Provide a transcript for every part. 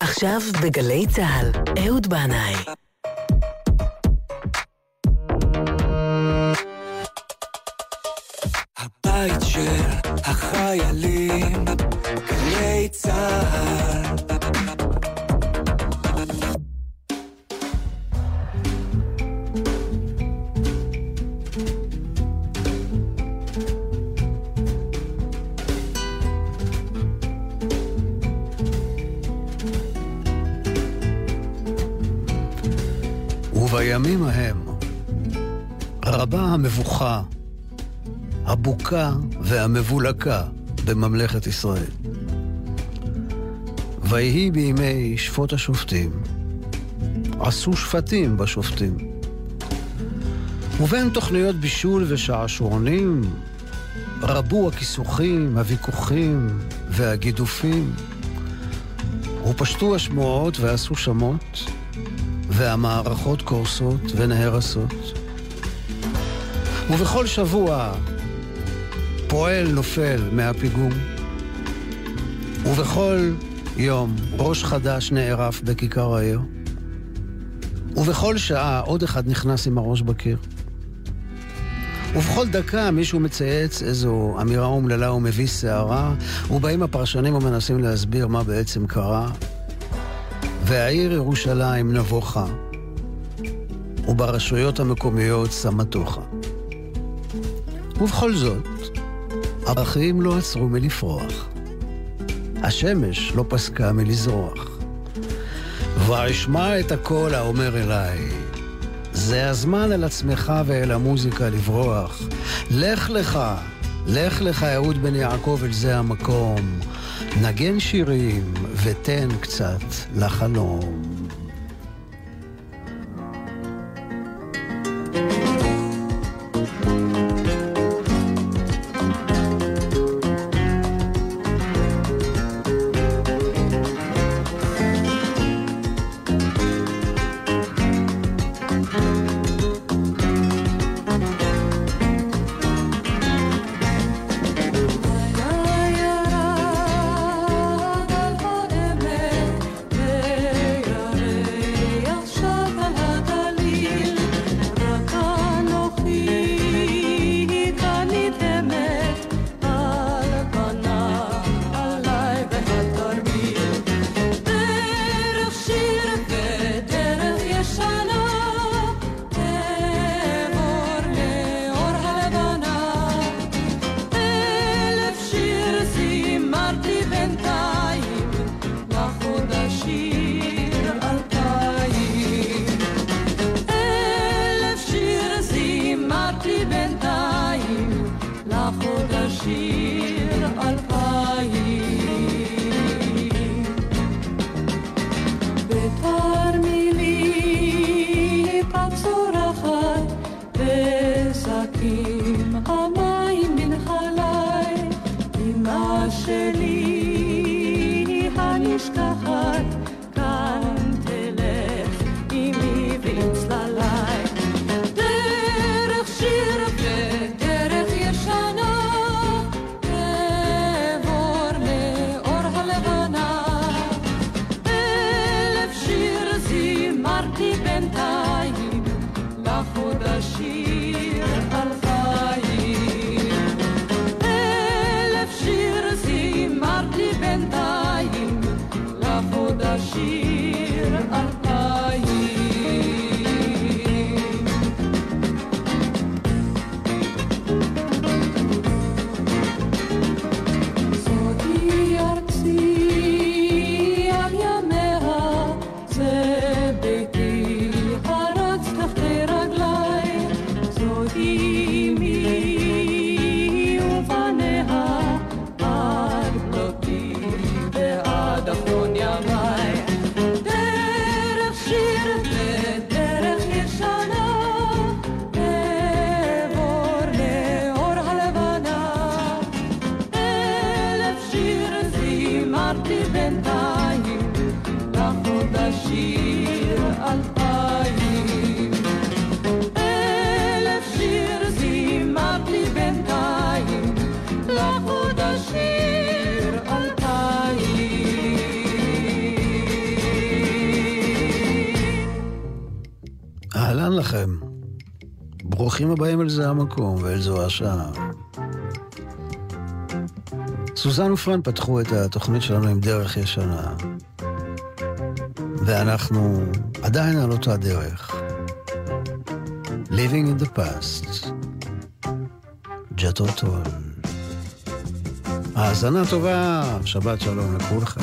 עכשיו בגלי צהל, אהוד בנאי. הבית של החיילים, גלי צהל. ובימים ההם רבה המבוכה, הבוקה והמבולקה בממלכת ישראל. ויהי בימי שפוט השופטים, עשו שפטים בשופטים. ובין תוכניות בישול ושעשועונים רבו הכיסוחים, הוויכוחים והגידופים, ופשטו השמועות ועשו שמות, והמערכות קורסות ונהרסות. ובכל שבוע פועל נופל מהפיגום, ובכל יום ראש חדש נערף בכיכר העיר, ובכל שעה עוד אחד נכנס עם הראש בקיר, ובכל דקה מישהו מצייץ איזו אמירה אומללה ומביא שערה, ובאים הפרשנים ומנסים להסביר מה בעצם קרה. והעיר ירושלים נבוכה, וברשויות המקומיות סמטוחה. ובכל זאת, הפרחים לא עצרו מלפרוח. השמש לא פסקה מלזרוח. ואשמע את הקול האומר אליי, זה הזמן אל עצמך ואל המוזיקה לברוח. לך לך אהוד בן יעקב, אל זה המקום. נגן שירים ותן קצת לחלום. לכם. ברוכים הבאים אל זה המקום ואל זו השעה. סוזן ופרן פתחו את התוכנית שלנו עם דרך ישנה. ואנחנו עדיין על אותה דרך. Living in the past. ג'טו טול. האזנה טובה, שבת שלום לכולכם.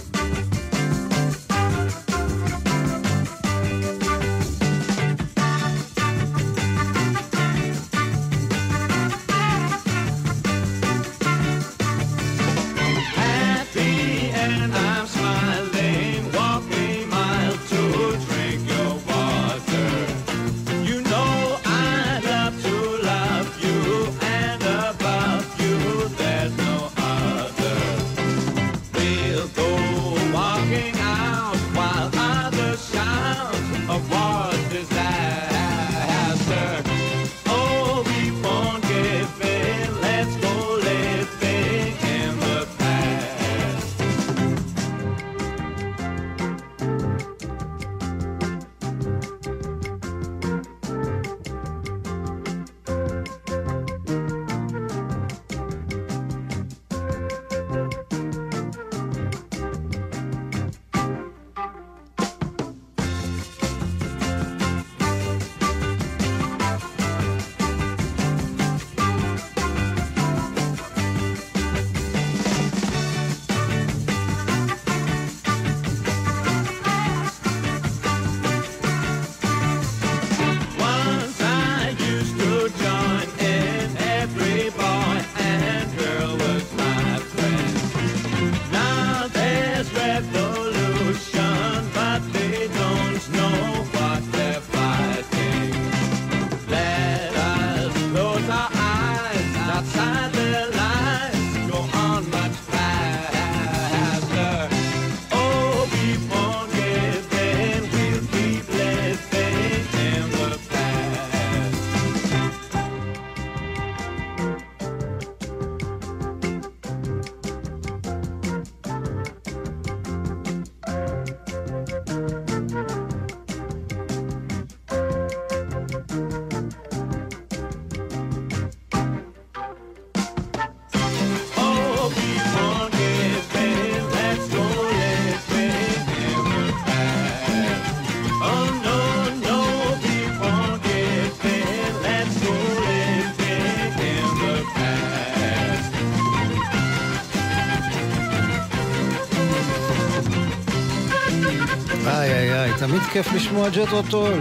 תמיד כיף לשמוע ג'טו טול.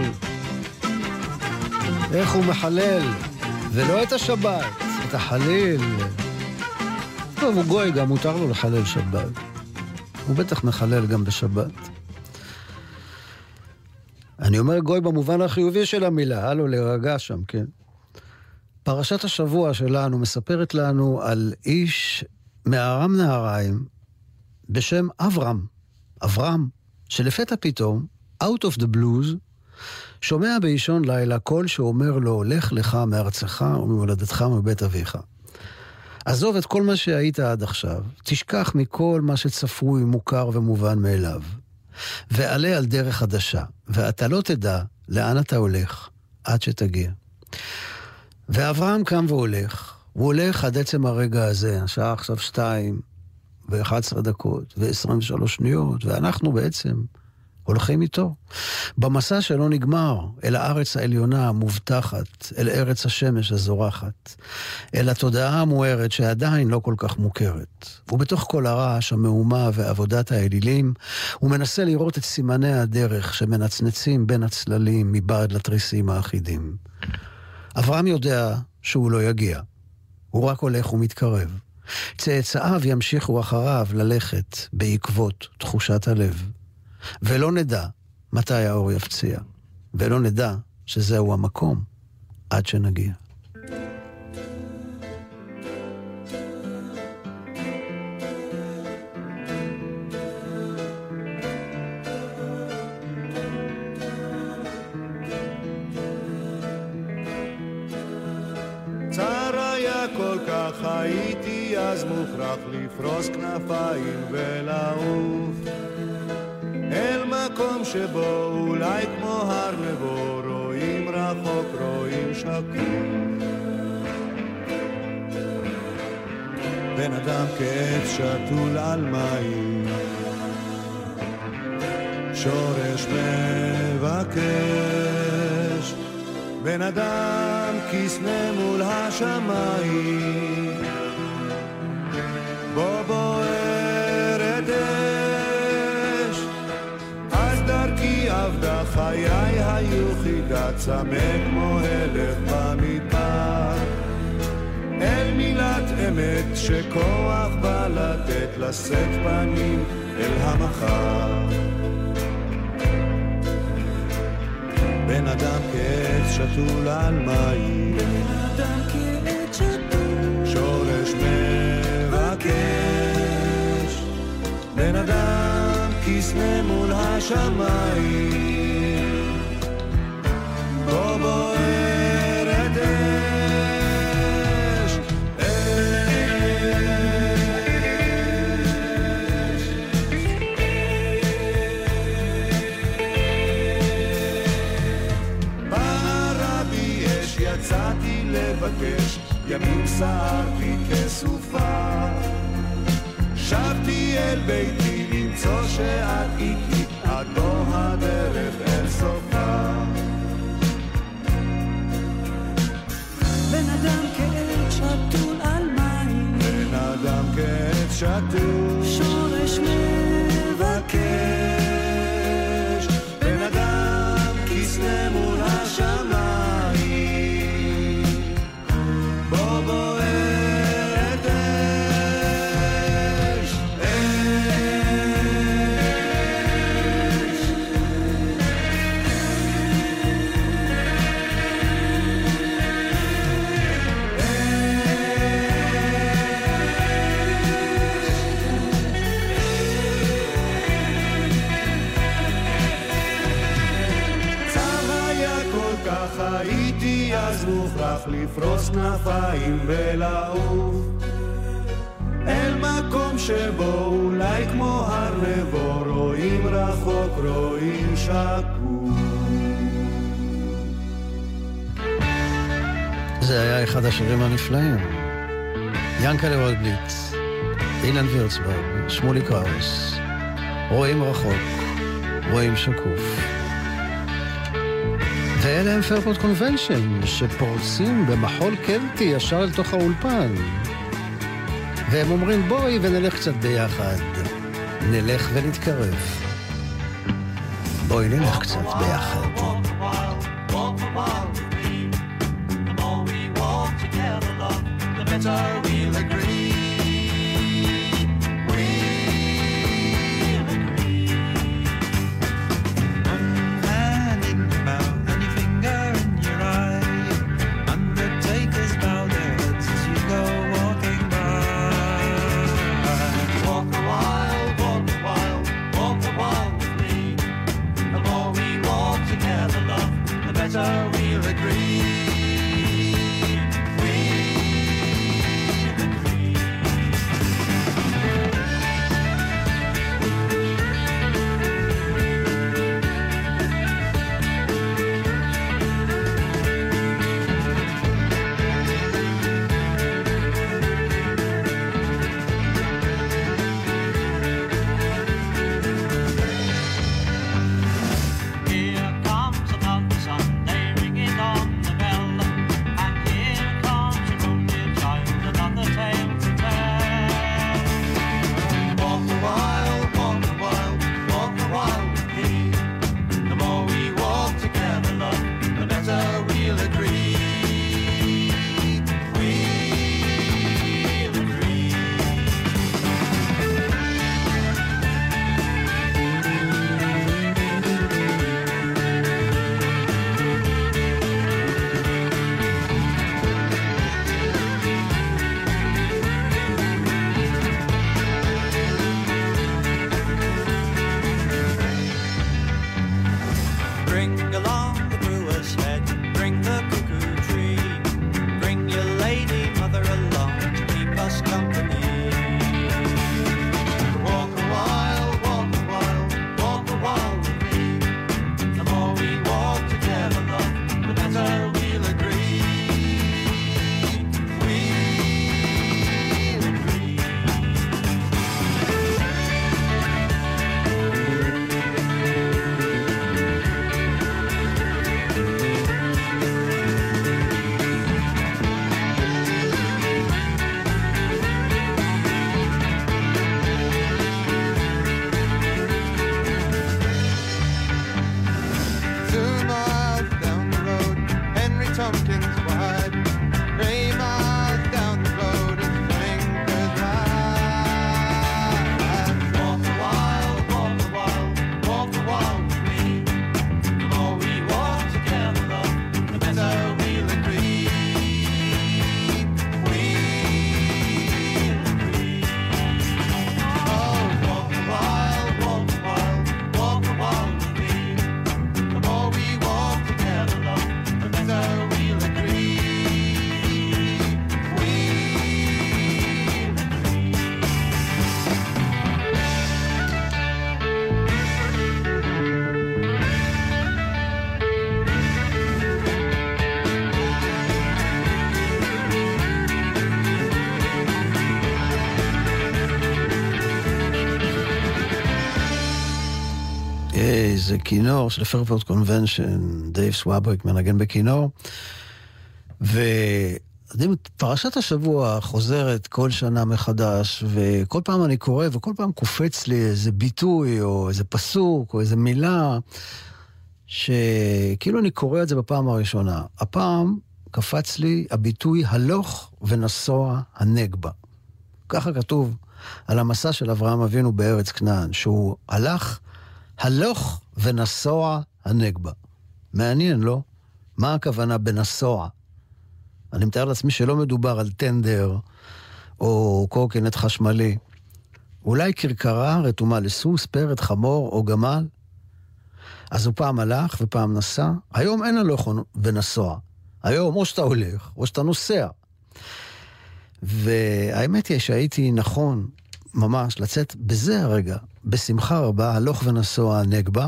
איך הוא מחלל, ולא את השבת, את החליל. טוב, הוא גוי, גם מותר לו לחלל שבת. הוא בטח מחלל גם בשבת. אני אומר גוי במובן החיובי של המילה, הלו להירגע שם, כן? פרשת השבוע שלנו מספרת לנו על איש מארם נהריים בשם אברהם, שלפתע פתאום, out of the blues, שומע באישון לילה קול שאומר לו, לך לך מארצך וממולדתך ומבית אביך. עזוב את כל מה שהיית עד עכשיו, תשכח מכל מה שצפוי, מוכר ומובן מאליו, ועלה על דרך חדשה, ואתה לא תדע לאן אתה הולך עד שתגיע. ואברהם קם והולך, הוא הולך עד עצם הרגע הזה, השעה עכשיו 2:11 ו23 שניות, ואנחנו בעצם הולכים איתו במסע שלא נגמר אל הארץ העליונה המובטחת, אל ארץ השמש הזורחת, אל התודעה המוארת שעדיין לא כל כך מוכרת. ובתוך כל הרעש, המהומה ועבודת האלילים, הוא מנסה לראות את סימני הדרך שמנצנצים בין הצללים מבעד לתריסים האחידים. אברהם יודע שהוא לא יגיע, הוא רק הולך ומתקרב. צאצאיו ימשיכו אחריו ללכת בעקבות תחושת הלב. ולא נדע מתי האור יפציע, ולא נדע שזהו המקום עד שנגיע. צר היה כל כך הייתי אז מוכרח לפרוס כנפיים ולעוף אל מקום שבו אולי כמו הר נבו רואים רחוק רואים שקוף. בן אדם כעץ שתול על מים, שורש מבקש. בן אדם כסנה מול השמיים, בו בוערת אש. אז דרכי עבדה חיי היו חידה צמא כמו הלך במדבר, אל מילת אמת שכוח בא לתת לשאת פנים אל המחר. בן אדם כעץ שתול על מים, בן אדם כעץ שתול, שורש מבקש. בן אדם כסנה מול השמיים, בו בוערת אש, אש. ברבי אש יצאתי לבקש, ימים סערתי כסופה, שבתי אל ביתי למצוא שאת איתי, עד בוא הדרך אל סופה. בן אדם כעץ שתול על מים, בן אדם כעץ שתול, שורש מבקש. בן אדם כסנה מול השמיים, בו בוערת אש, הייתי אז מוכרח לפרוס כנפיים ולעוף אל מקום שבו אולי כמו הר נבו רואים רחוק, רואים שקוף. זה היה אחד השירים הנפלאים. ינקלה רוטבליט, אילן וירצברג, שמולי קראוס, רואים רחוק, רואים שקוף. ואלה הם פרפורט קונבנשן שפורצים במחול קלטי ישר אל תוך האולפן, והם אומרים בואי ונלך קצת ביחד, נלך ונתקרב, בואי נלך קצת ביחד. We'll agree. זה כינור של פרפורט קונבנשן, דייב סוואבריק מנגן בכינור, פרשת השבוע חוזרת כל שנה מחדש, וכל פעם אני קורא, וכל פעם קופץ לי איזה ביטוי, או איזה פסוק, או איזה מילה, שכאילו אני קורא את זה בפעם הראשונה. הפעם קפץ לי הביטוי הלוך ונסוע הנגבה. ככה כתוב על המסע של אברהם אבינו בארץ כנען, שהוא הלוך ונסוע הנגבה. מעניין, לא? מה הכוונה בנסוע? אני מתאר לעצמי שלא מדובר על טנדר או קורקינט חשמלי. אולי כרכרה רתומה לסוס, פרד, חמור או גמל? אז הוא פעם הלך ופעם נסע. היום אין הלוך ונסוע. היום או שאתה הולך או שאתה נוסע. והאמת היא שהייתי נכון ממש לצאת בזה הרגע, בשמחה רבה, הלוך ונסוע הנגבה.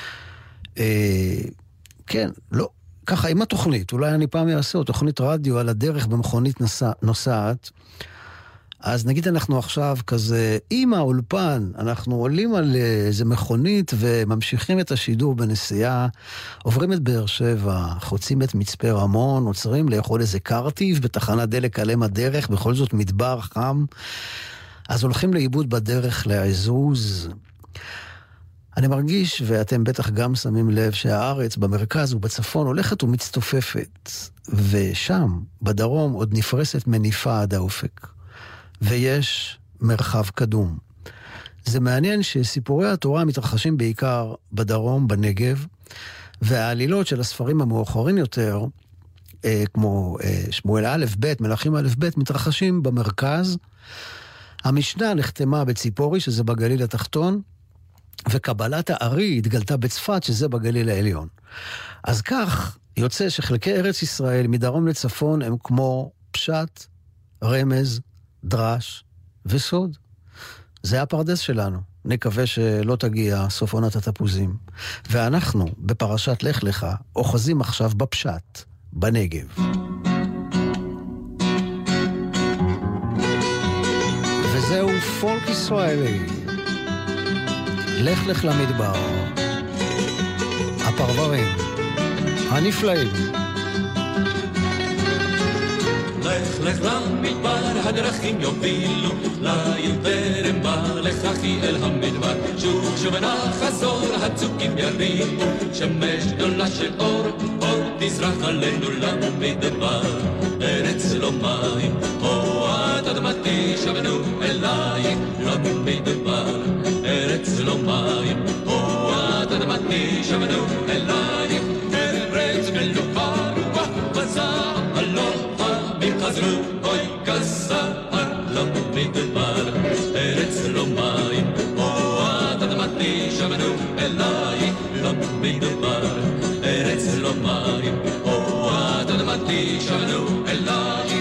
כן, לא. ככה, עם התוכנית, אולי אני פעם אעשה תוכנית רדיו על הדרך במכונית נוסעת, אז נגיד אנחנו עכשיו כזה, עם האולפן, אנחנו עולים על איזה מכונית וממשיכים את השידור בנסיעה, עוברים את באר שבע, חוצים את מצפה רמון, עוצרים לאכול איזה קרטיב בתחנת דלק עליהם הדרך, בכל זאת מדבר חם, אז הולכים לאיבוד בדרך לעזוז. אני מרגיש, ואתם בטח גם שמים לב, שהארץ במרכז ובצפון הולכת ומצטופפת, ושם, בדרום, עוד נפרסת מניפה עד האופק. ויש מרחב קדום. זה מעניין שסיפורי התורה מתרחשים בעיקר בדרום, בנגב, והעלילות של הספרים המאוחרים יותר, כמו שמואל א' ב', מלכים א' ב', מתרחשים במרכז. המשנה נחתמה בציפורי, שזה בגליל התחתון, וקבלת הארי התגלתה בצפת, שזה בגליל העליון. אז כך יוצא שחלקי ארץ ישראל מדרום לצפון הם כמו פשט, רמז, דרש וסוד. זה הפרדס שלנו. נקווה שלא תגיע סוף עונת התפוזים. ואנחנו בפרשת לך לך אוחזים עכשיו בפשט, בנגב. וזהו פולק ישראלי. לך לך למדבר, הפרברים הנפלאים. לך לך למדבר, הדרכים יובילו ליל טרם בא, לך אחי אל המדבר, שוב שוב נחזור, הצוקים ירימו, שמש גדולה של אור, אור תזרח עלינו למדבר, ארץ לא מים, אוהד אדמתי שבנו אלייך למדבר, ארץ לא מים, אוהד אדמתי שבנו אלייך, ארץ מלוכה רוח בזר, הלוך עמים חזרו, אוי כזר למדבר, ארץ לא מים, אוהד אדמתי שבנו אלייך למדבר, ארץ לא מים, אוהד אדמתי שבנו אלייך.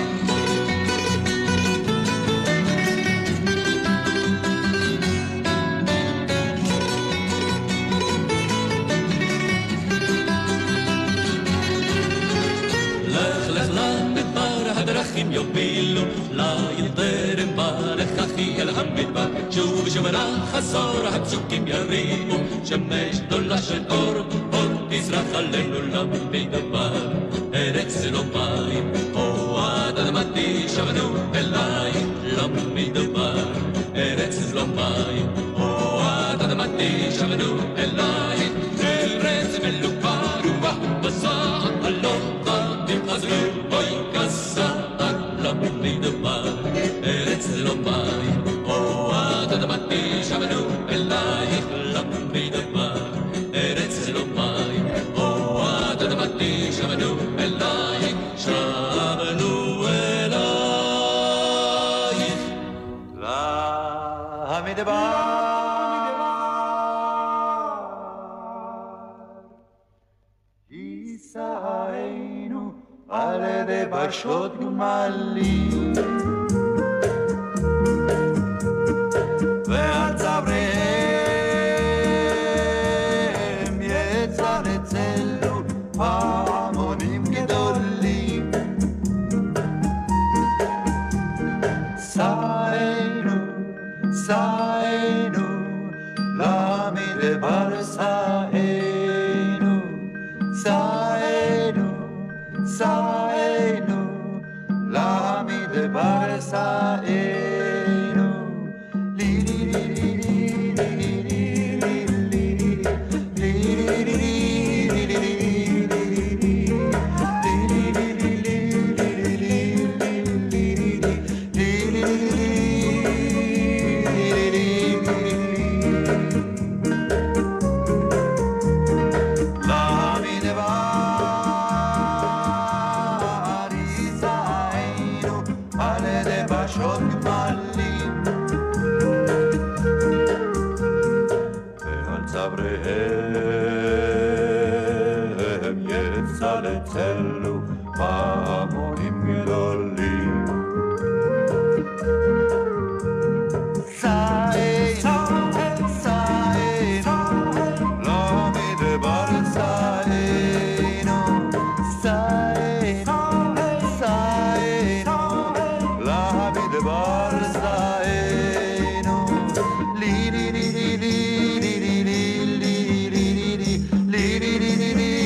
הדרכים יובילו ליל טרם בא, לך אחי אל המדבר, שוב שוב נחזור, הצוקים ירימו, שמש גדולה של אור, אור תזרח עלינו למדבר, ארץ לא מים, אוהד אדמתי שבנו אלייך למדבר, ארץ לא מים, אוהד אדמתי שבנו אלייך, ארץ מלוכה רוח בשר, הלוך עמים חזרו, אוי כזר למדבר, ארץ לא מים, אוהד אדמתי שבנו אלייך למדבר, ארץ לא מים, אוהד אדמתי שבנו אלייך, שבנו אלייך למדבר. יישאנו על ידי בשות גמלים והצבריהם יצלצלו המונים גדולים, סענו סענו מדבר סענו, סענו, סענו, למדבר סענו, לי לי לי לי לי צלצלו פעמונים גדולים סענו, סענו, לא מדבר סענו, סענו, סענו, לא מדבר סענו, לי לי לי לי לי לי לי לי לי לי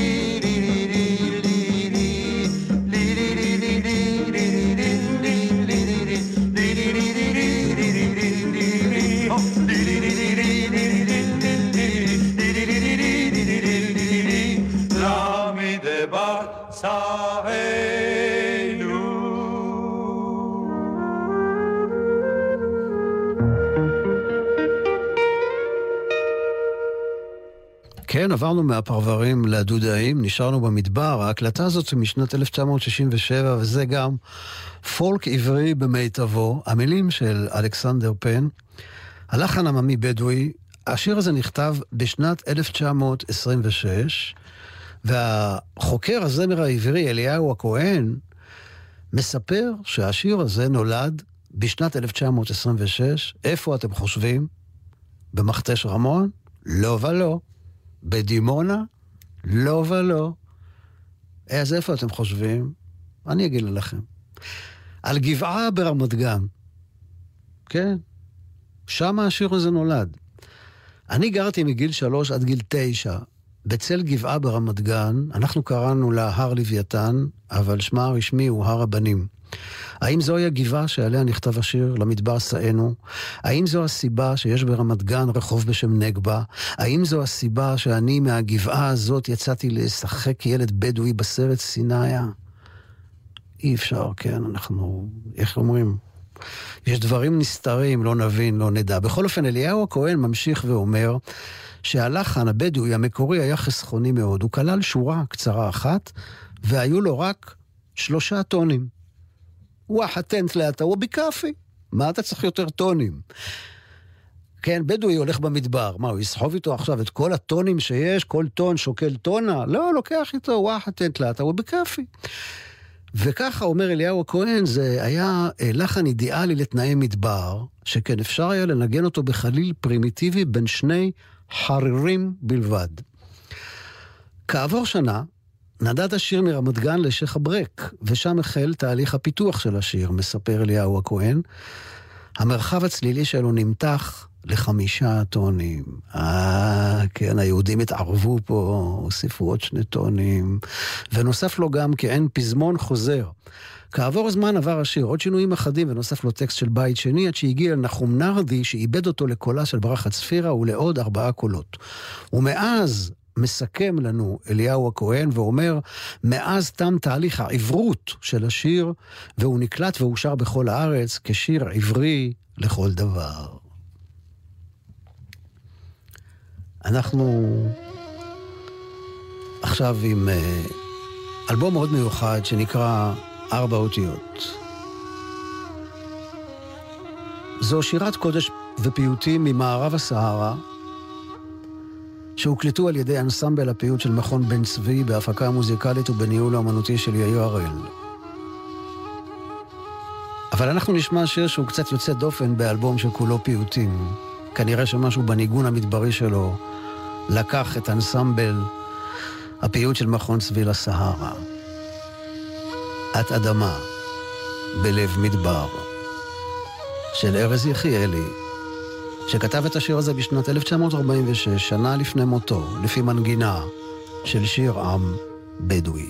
כן, עברנו מהפרברים לדודאים, נשארנו במדבר. ההקלטה הזאת משנת 1967, וזה גם פולק עברי במיטבו, המילים של אלכסנדר פן, הלחן עממי בדואי. השיר הזה נכתב בשנת 1926, והחוקר הזמר העברי אליהו הכהן מספר שהשיר הזה נולד בשנת 1926. איפה אתם חושבים? במכתש רמון? לא ולא. בדימונה? לא ולא. אז איפה אתם חושבים? אני אגיד לכם. על גבעה ברמת גן. כן? שם השיר הזה נולד. אני גרתי מגיל 3 עד גיל 9 בצל גבעה ברמת גן. אנחנו קראנו לה הר לוויתן, אבל שמה הרשמי הוא הר הבנים. האם זוהי הגבעה שעליה נכתב השיר למדבר סענו? האם זו הסיבה שיש ברמת גן רחוב בשם נגבה? האם זו הסיבה שאני מהגבעה הזאת יצאתי לשחק ילד בדואי בסרט סינאיה? אי אפשר, כן, אנחנו, איך אומרים? יש דברים נסתרים, לא נבין, לא נדע. בכל אופן, אליהו הכהן ממשיך ואומר שהלחן הבדואי המקורי היה חסכוני מאוד. הוא כלל שורה קצרה אחת, והיו לו רק 3 טונים. וואחתן תלתה ובקאפי. מה אתה צריך יותר טונים? כן, בדואי הולך במדבר. מה, הוא יסחוב איתו עכשיו את כל הטונים שיש? כל טון שוקל טונה? לא, לוקח איתו וואחתן תלתה ובקאפי. וככה אומר אליהו הכהן, זה היה לחן אידיאלי לתנאי מדבר, שכן אפשר היה לנגן אותו בחליל פרימיטיבי בין 2 חרירים בלבד. כעבור שנה, נדד השיר מרמת גן לשייח אברק, ושם החל תהליך הפיתוח של השיר, מספר אליהו הכהן. המרחב הצלילי שלו נמתח ל5 טונים. כן, היהודים התערבו פה, הוסיפו עוד 2 טונים, ונוסף לו גם כאין פזמון חוזר. כעבור זמן עבר השיר עוד שינויים אחדים, ונוסף לו טקסט של בית שני, עד שהגיע לנחום נרדי, שאיבד אותו לקולה של ברכה צפירה, ולעוד 4 קולות. ומאז מסכם לנו אליהו הכהן ואומר, מאז תם תהליך העברות של השיר, והוא נקלט והושר בכל הארץ כשיר עברי לכל דבר. אנחנו עכשיו עם אלבום מאוד מיוחד שנקרא 4 אותיות. זו שירת קודש ופיוטים ממערב הסהרה, שהוקלטו על ידי אנסמבל הפיוט של מכון בן צבי בהפקה המוזיקלית ובניהול האמנותי של יאיר הראל. אבל אנחנו נשמע שיר שהוא קצת יוצא דופן באלבום שכולו פיוטים. כנראה שמשהו בניגון המדברי שלו לקח את אנסמבל הפיוט של מכון צבי לסהרה. את אדמה בלב מדבר של ארז יחיאלי, שכתב את השיר הזה בשנת 1946, שנה לפני מותו, לפי מנגינה של שיר עם בדואי.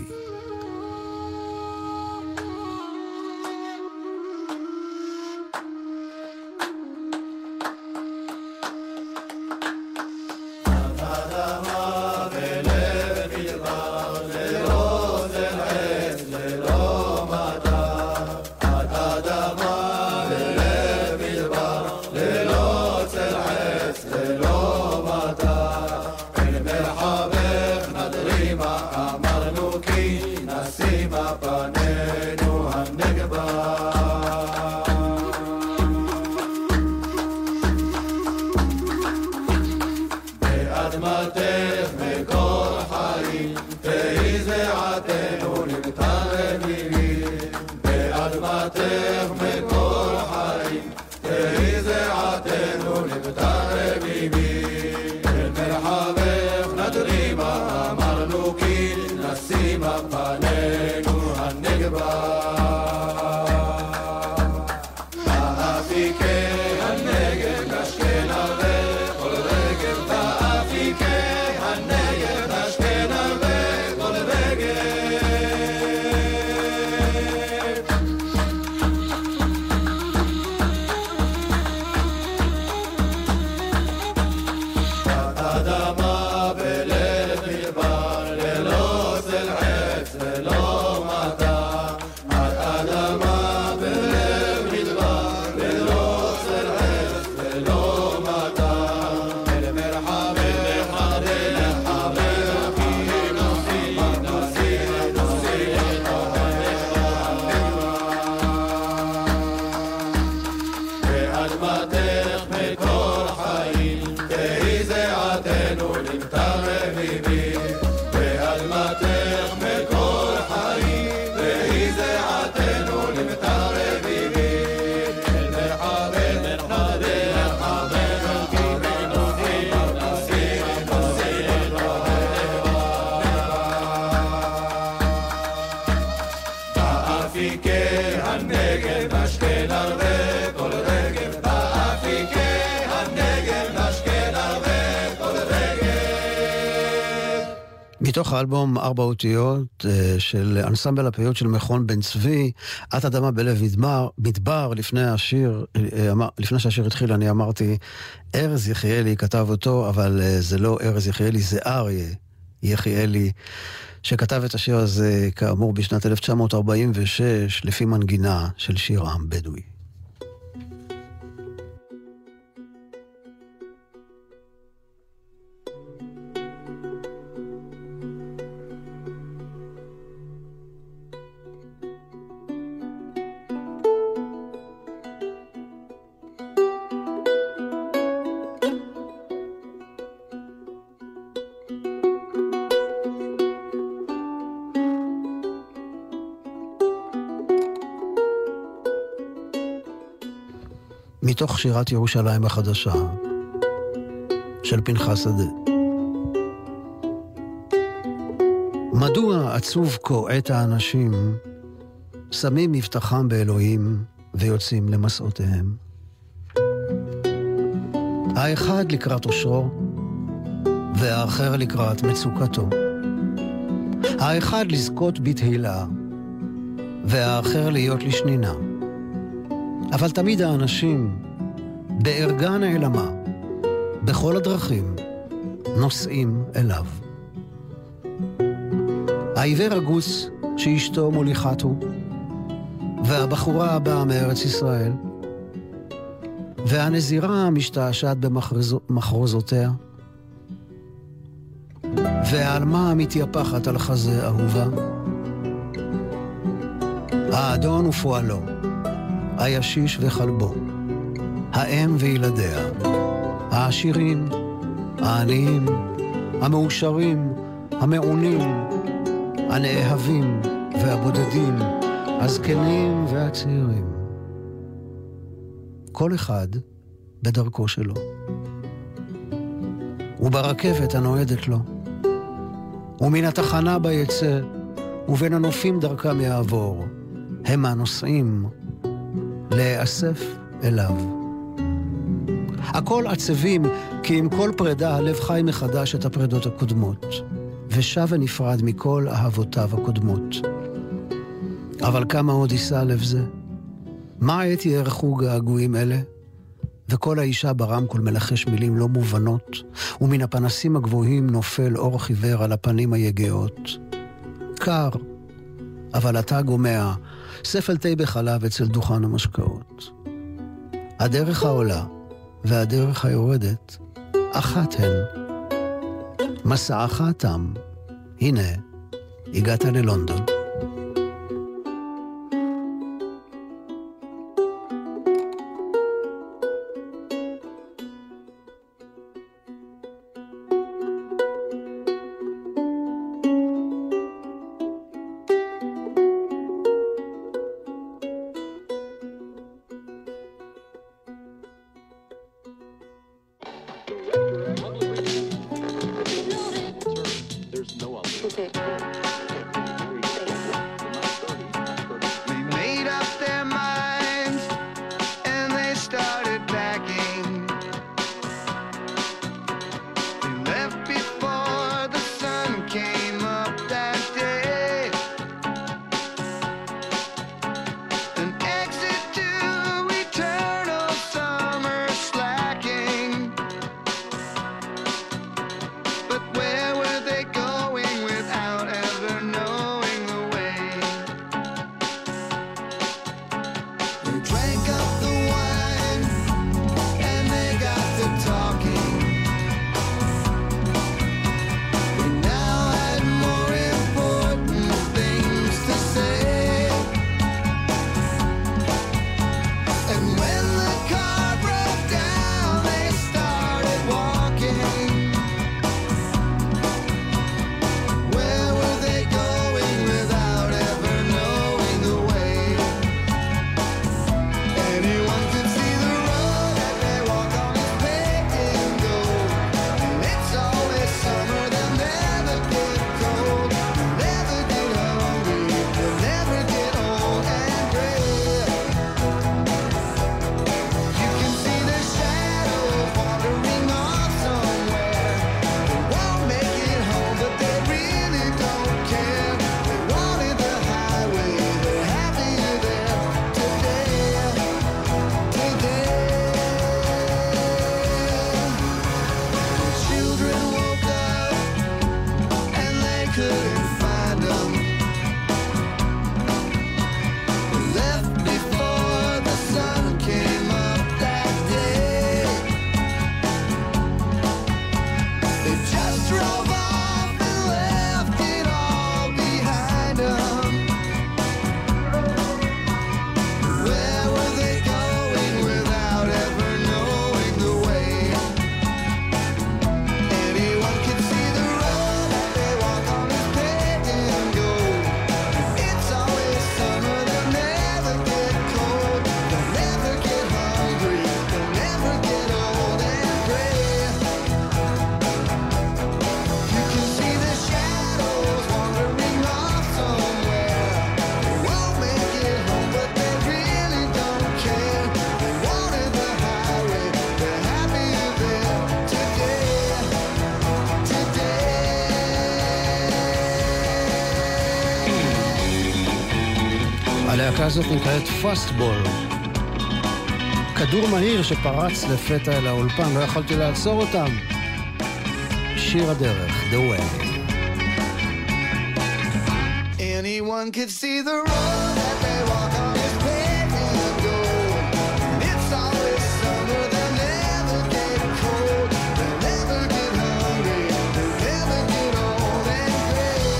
מתוך האלבום 4 אותיות של אנסמבל הפיות של מכון בן צבי, את אדמה בלב מדבר. לפני שהשיר התחיל אני אמרתי ארז יחיאלי כתב אותו, אבל זה לא ארז יחיאלי, זה אריה יחיאלי שכתב את השיר הזה כאמור בשנת 1946 לפי מנגינה של שיר עם בדואי. מתוך שירת ירושלים החדשה של פנחס שדה. מדוע עצוב כה את האנשים שמים מבטחם באלוהים ויוצאים למסעותיהם? האחד לקראת אושרו והאחר לקראת מצוקתו. האחד לזכות בתהילה והאחר להיות לשנינה. אבל תמיד האנשים בערגה נעלמה, בכל הדרכים, נוסעים אליו. העיוור הגוס שאשתו מוליכת הוא, והבחורה הבאה מארץ ישראל, והנזירה המשתעשעת במחרוזותיה, והעלמה המתייפחת על חזה אהובה, האדון ופועלו, הישיש וחלבו, האם וילדיה, העשירים, העניים, המאושרים, המעונים, הנאהבים והבודדים, הזקנים והצעירים. כל אחד בדרכו שלו. וברכבת הנועדת לו, ומן התחנה ביצא, ובין הנופים דרכם יעבור, הם הנוסעים להיאסף אליו. הכל עצבים, כי עם כל פרידה הלב חי מחדש את הפרידות הקודמות, ושב ונפרד מכל אהבותיו הקודמות. אבל כמה עוד יישא לב זה? מה עת יערכו געגועים אלה? וכל האישה ברמקול מלחש מילים לא מובנות, ומן הפנסים הגבוהים נופל אור חיוור על הפנים היגעות. קר, אבל אתה גומע, ספל תה בחלב אצל דוכן המשקאות. הדרך העולה והדרך היורדת, אחת הן. מסעך תם, הנה, הגעת ללונדון. הלהקה הזאת נקראת פאסטבול. כדור מהיר שפרץ לפתע אל האולפן, לא יכולתי לעצור אותם. שיר הדרך, The Way. Anyone could see the road that they walk on is paved in gold. It's always summer, they'll never get cold. They'll never get hungry, they'll never get old and gray.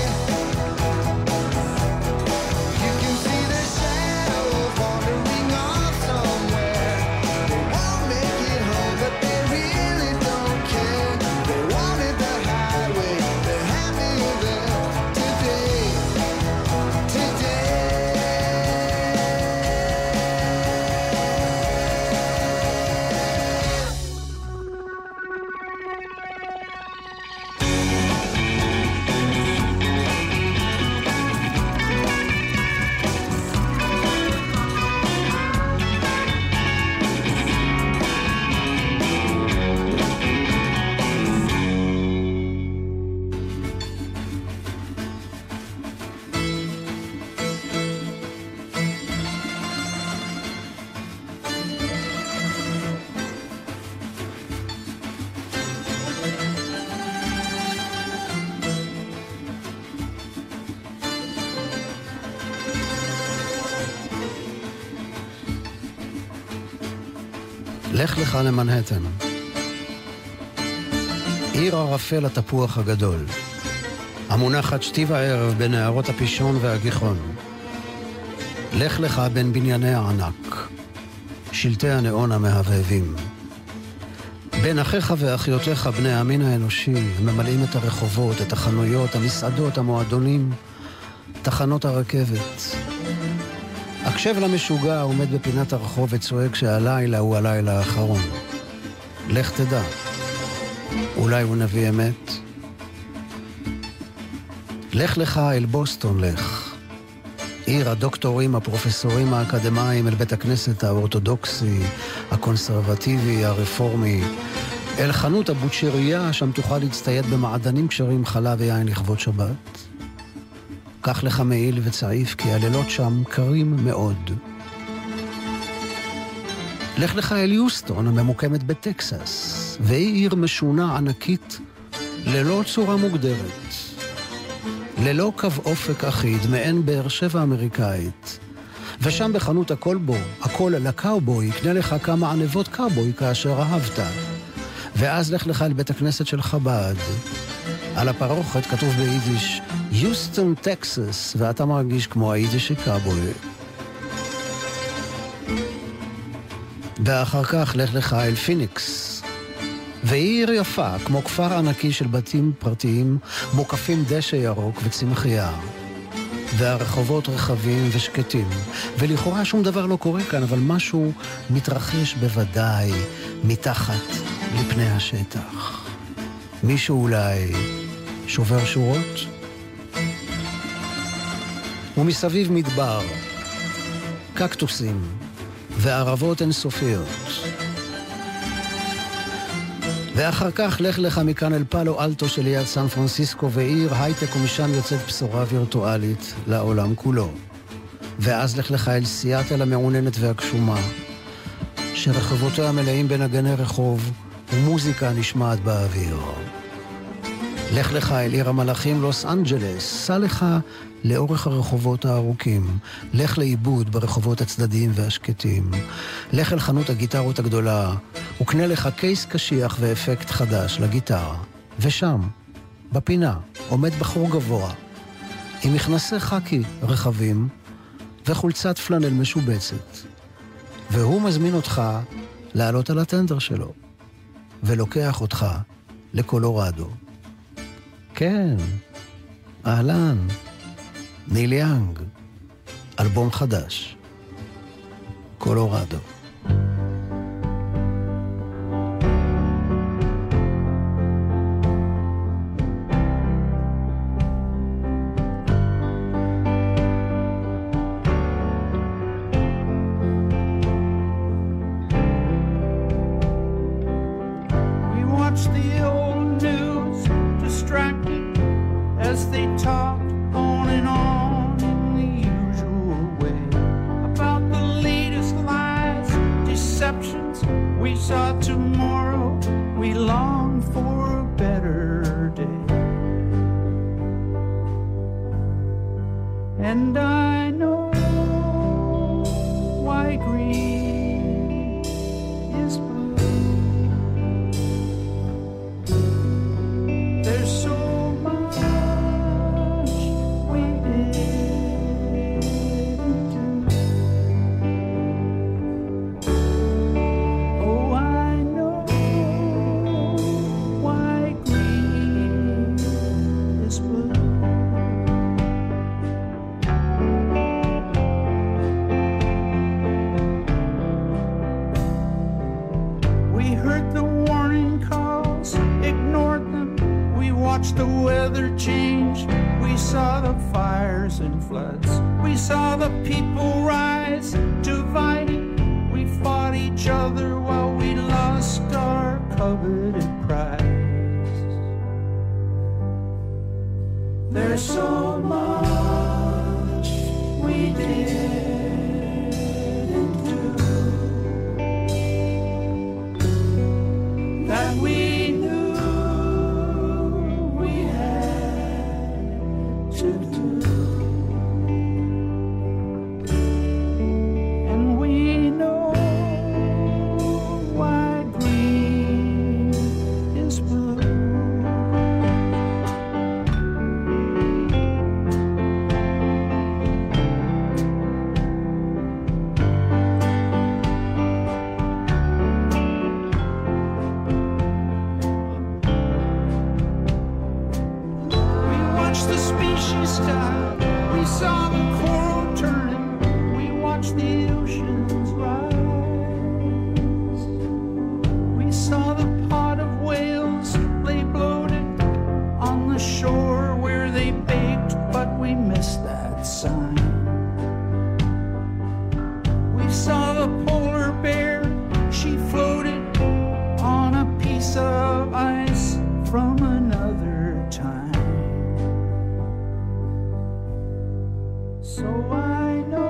You can see the shadows wandering off somewhere. They won't make it home, but they really don't care. They wanted the highway, they're happy there today. לך לך למנהטן. עיר ערפל התפוח הגדול, המונחת שתי הערב בין נהרות הפישון והגיחון. לך לך בין בנייני הענק, שלטי הנאון המהבהבים. בין אחיך ואחיותיך בני המין האנושי ממלאים את הרחובות, את החנויות, המסעדות, המועדונים, תחנות הרכבת. הקשב למשוגע עומד בפינת הרחוב וצועק שהלילה הוא הלילה האחרון. לך תדע, אולי הוא נביא אמת. לך לך אל בוסטון לך, עיר הדוקטורים, הפרופסורים האקדמיים, אל בית הכנסת האורתודוקסי, הקונסרבטיבי, הרפורמי, אל חנות הבוצ'ריה, שם תוכל להצטייד במעדנים כשרים, חלב ויין לכבוד שבת. קח לך מעיל וצעיף, כי הלילות שם קרים מאוד. לך לך אל יוסטון, הממוקמת בטקסס, והיא עיר משונה ענקית ללא צורה מוגדרת, ללא קו אופק אחיד, מעין באר שבע אמריקאית. ושם בחנות הכל לקאובוי, יקנה לך כמה ענבות קאובוי כאשר אהבת. ואז לך לך אל בית הכנסת של חב"ד. על הפרוכת כתוב ביידיש, יוסטון, טקסס, ואתה מרגיש כמו היידישי קאובוי. ואחר כך לך לך אל פיניקס. והיא עיר יפה, כמו כפר ענקי של בתים פרטיים, מוקפים דשא ירוק וצמחייה. והרחובות רחבים ושקטים. ולכאורה שום דבר לא קורה כאן, אבל משהו מתרחש בוודאי מתחת לפני השטח. מישהו אולי שובר שורות? ומסביב מדבר, קקטוסים וערבות אינסופיות. ואחר כך לך לך מכאן אל פאלו אלטו שליד סן פרנסיסקו ועיר הייטק, ומשם יוצאת בשורה וירטואלית לעולם כולו. ואז לך לך אל סיאטל המעוננת והגשומה, שרחובותיה מלאים בנגני רחוב ומוזיקה נשמעת באוויר. לך לך אל עיר המלאכים לוס אנג'לס, סע לך לאורך הרחובות הארוכים, לך לאיבוד ברחובות הצדדיים והשקטים, לך אל חנות הגיטרות הגדולה, וקנה לך קייס קשיח ואפקט חדש לגיטרה, ושם, בפינה, עומד בחור גבוה, עם מכנסי חקי רחבים וחולצת פלנל משובצת, והוא מזמין אותך לעלות על הטנדר שלו, ולוקח אותך לקולורדו. כן, אהלן, ניל יאנג, אלבום חדש, קולורדו. Why watched the species die. We saw the coral turning. We watched the oceans rise. We saw the pod of whales lay bloated on the shore where they baked, but we missed that sign. We saw the polar bear. She floated on a piece of ice from another time. So I know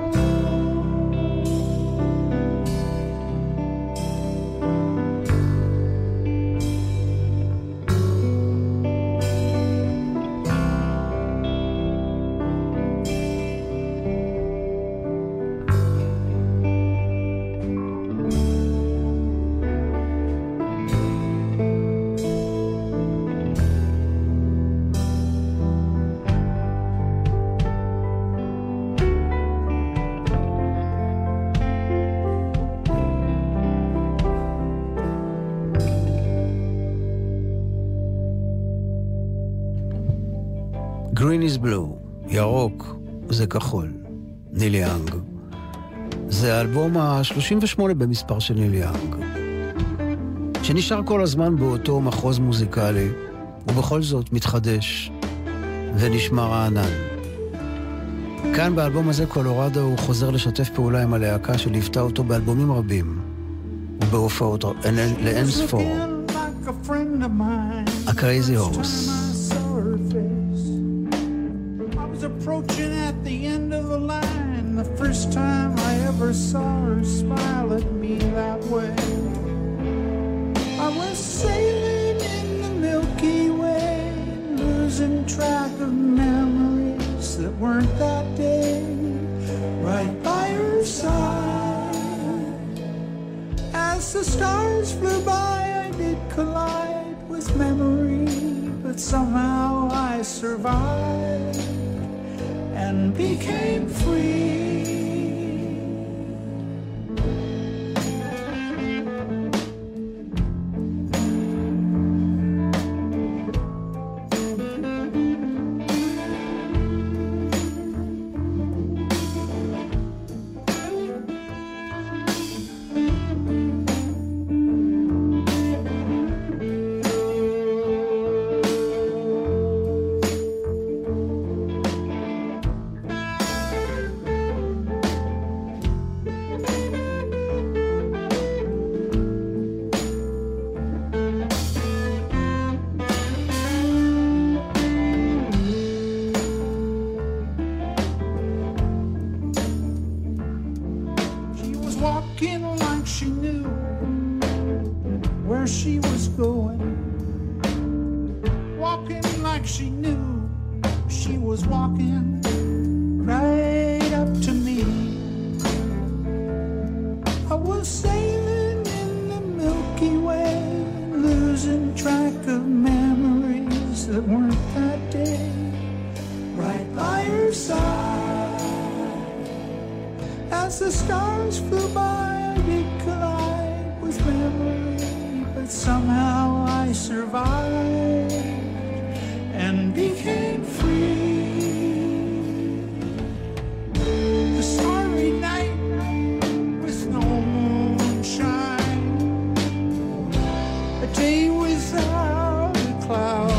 Green is blue, ירוק זה כחול, ניל יאנג. זה האלבום ה-38 במספר של ניל יאנג, שנשאר כל הזמן באותו מחוז מוזיקלי, ובכל זאת מתחדש ונשמע רענן. כאן באלבום הזה קולורדו הוא חוזר לשתף פעולה עם הלהקה שליוותה אותו באלבומים רבים, ובהופעות לאין ספור. A Crazy Horse. Approaching at the end of the line, the first time I ever saw her smile at me that way. I was sailing in the Milky Way, losing track of memories that weren't that day, right by her side. As the stars flew by, I did collide with memory, but somehow I survived and became free. Walking like she knew where she was going. Walking like she knew she was walking right up to me. I was sailing in the Milky Way, losing track of memories that weren't that day, right by her side. As the stars flew by, I did collide with memory, but somehow I survived and became free. The starry night with no moonshine, a day without a cloud.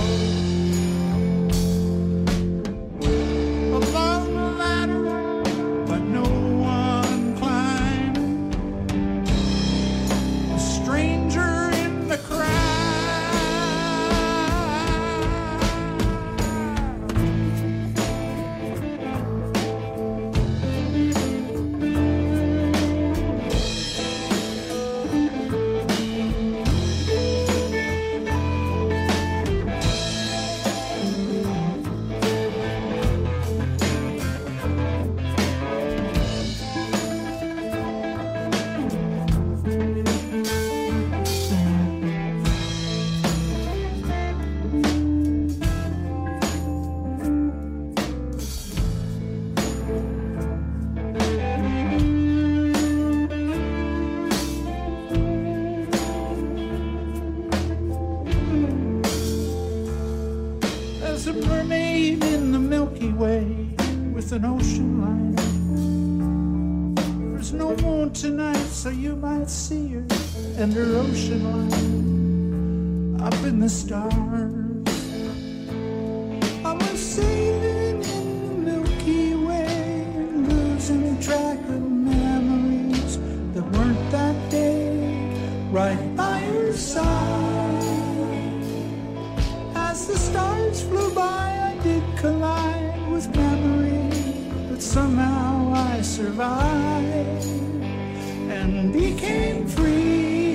There's a mermaid in Milky Way with an ocean line. There's no moon tonight, so you might see her and her ocean line up in the stars. I was sailing in the Milky Way, losing track of memories that weren't that day, right by her side. As the stars flew by, I did collide with memory, but somehow I survived and became free.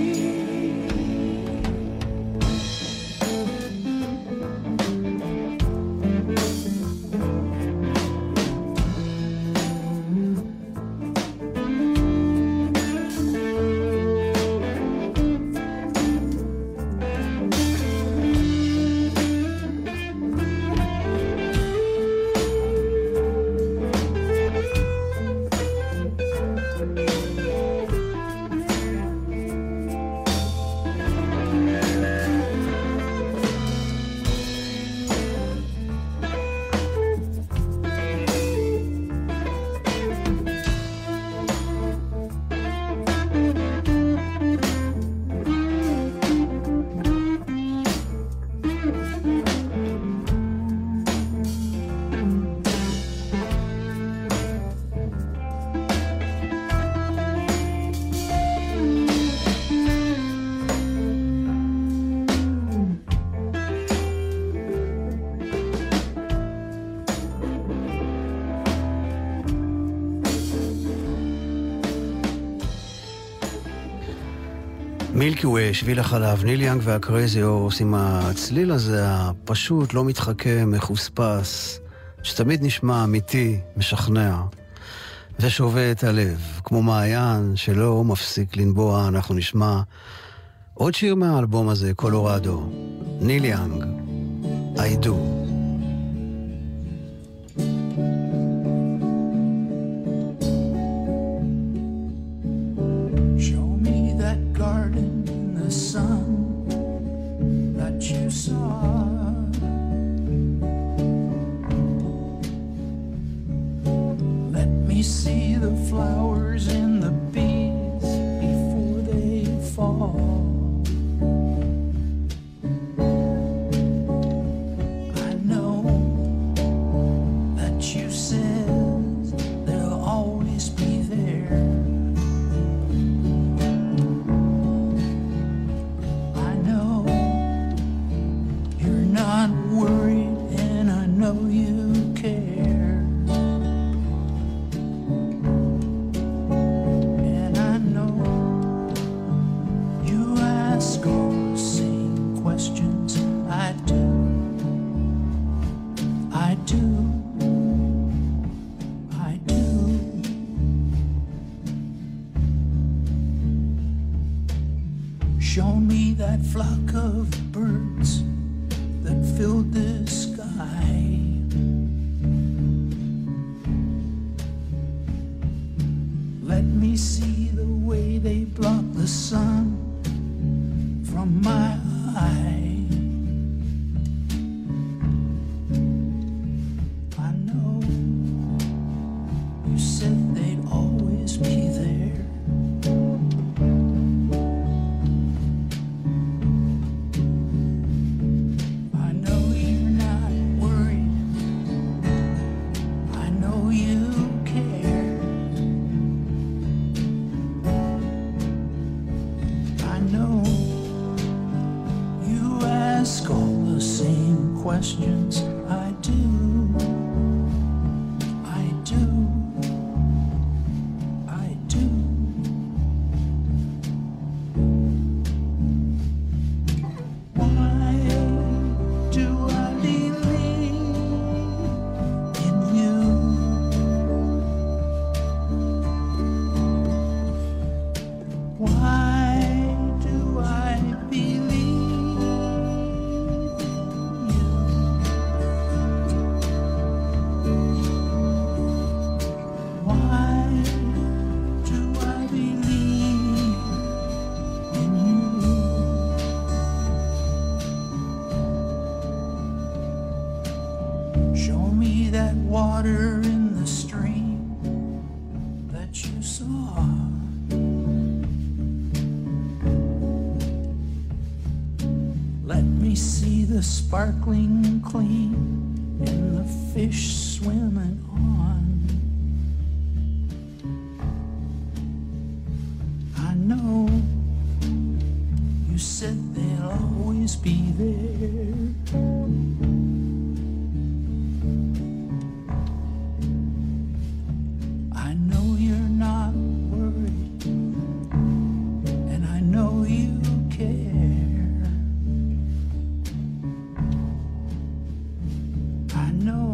מילקי ווי, שביל החלב, ניל יאנג והקרייזי הורס עם הצליל הזה הפשוט, לא מתחכם, מחוספס, שתמיד נשמע אמיתי, משכנע, ושובה את הלב, כמו מעיין שלא מפסיק לנבוע. אנחנו נשמע עוד שיר מהאלבום הזה, קולורדו, ניל יאנג, I do. Show me that flock of birds that filled the sky. Let me see the way they block the sun from my eye. I know you said they'd always be there. Questions I do, I do, I do. Why do I believe in you? Why do I believe? Show me that water in the stream that you saw. Let me see the sparkling clean and the fish swimming on. I know you said they'll always be there. I know you're not worried, and I know you care. I know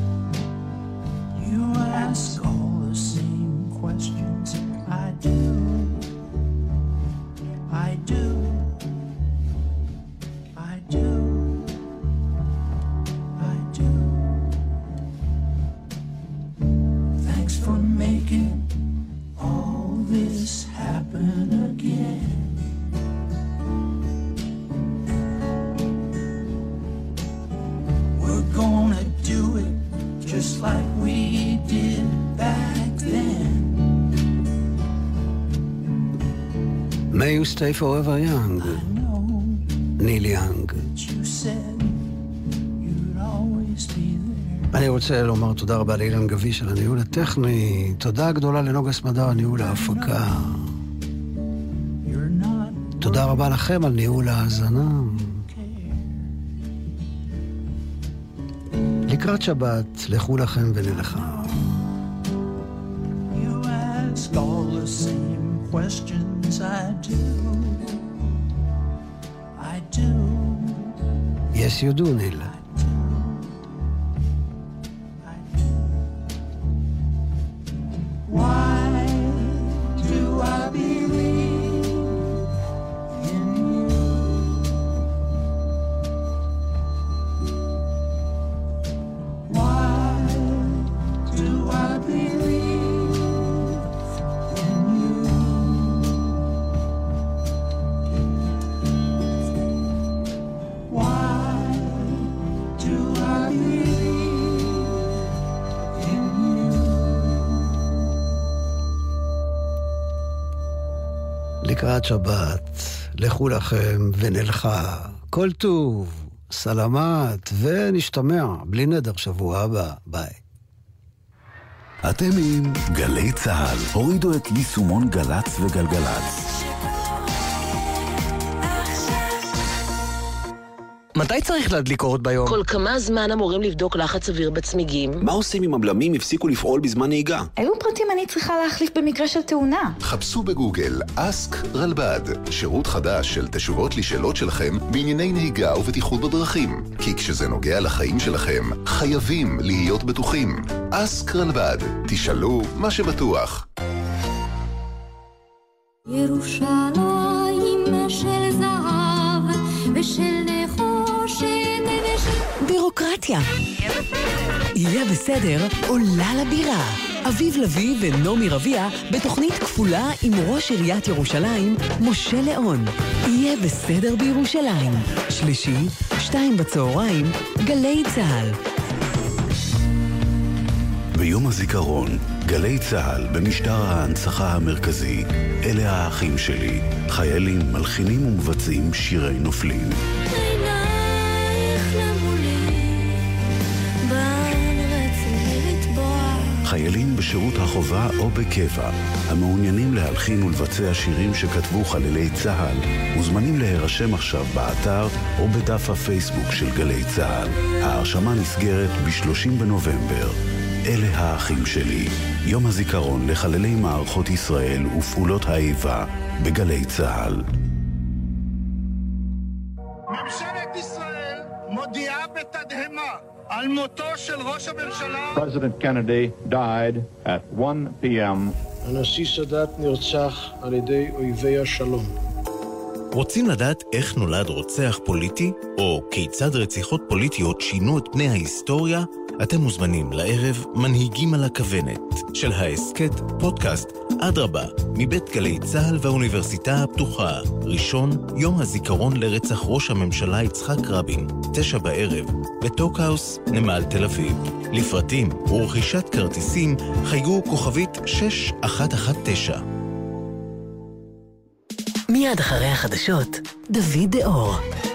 you ask all the same questions I do. I do. I do. I do. Thanks for making all this happen again. We're gonna do it just like we did back then. May you stay forever young, I know ניל יאנג. that you said you'd always be there. אני רוצה לומר תודה רבה לאילן גביש על הניהול הטכני, תודה גדולה לנוגה סמדר על ניהול ההפקה, You're not תודה רבה לכם על ניהול ההאזנה. care. לקראת שבת, לכו לכם וללכה. You ask all the same questions I do. I do. Yes you do, ניל. Why do I believe in you? Why do I believe in you? Why do I believe in you? לקראת שבת, לכו לכם ונלכה. כל טוב, סלמת, ונשתמע בלי נדר שבוע הבא. ביי. אתם עם גלי צהל. הורידו את יישומון גלץ וגלגלץ. מתי צריך להדליק אורות ביום? כל כמה זמן אמורים לבדוק לחץ אוויר בצמיגים? מה עושים אם הבלמים הפסיקו לפעול בזמן נהיגה? אילו פרטים אני צריכה להחליף במקרה של תאונה? חפשו בגוגל אסק רלב"ד, שירות חדש של תשובות לשאלות שלכם בענייני נהיגה ובטיחות בדרכים. כי כשזה נוגע לחיים שלכם, חייבים להיות בטוחים. אסק רלב"ד, תשאלו מה שבטוח. ירושלים של זהב ושל נחושת בירוקרטיה. יהיה בסדר עולה לבירה. אביב לוי ונומי רביע בתוכנית כפולה עם ראש עיריית ירושלים משה ליאון. יהיה בסדר בירושלים. שלישי, 14:00, גלי צהל. ביום הזיכרון, גלי צהל במשדר ההנצחה המרכזי. אלה האחים שלי, חיילים, מלחינים ומבצעים שירי נופלים. עינייך למולי בן רצי לטבוע. חיילים בשירות החובה או בקבע, המעוניינים להלחין ולבצע שירים שכתבו חללי צהל, מוזמנים להירשם עכשיו באתר או בדף הפייסבוק של גלי צהל. ההרשמה נסגרת ב-30 בנובמבר. אלה האחים שלי, יום הזיכרון לחללי מערכות ישראל ופעולות האיבה בגלי צהל. ממשלת ישראל מודיעה בתדהמה על מותו של ראש הממשלה. President Kennedy died at 1 p.m. הנשיא סאדאת נרצח על ידי אויבי השלום. רוצים לדעת איך נולד רוצח פוליטי, או כיצד רציחות פוליטיות שינו את פני ההיסטוריה? אתם מוזמנים לערב מנהיגים על הכוונת של העסקת פודקאסט אדרבה, מבית גלי צהל והאוניברסיטה הפתוחה. ראשון, יום הזיכרון לרצח ראש הממשלה יצחק רבין, 9 בערב, בטוקהאוס, נמל תל אביב. לפרטים ורכישת כרטיסים, חייגו כוכבית 6119. מיד אחרי החדשות, דוד דאור.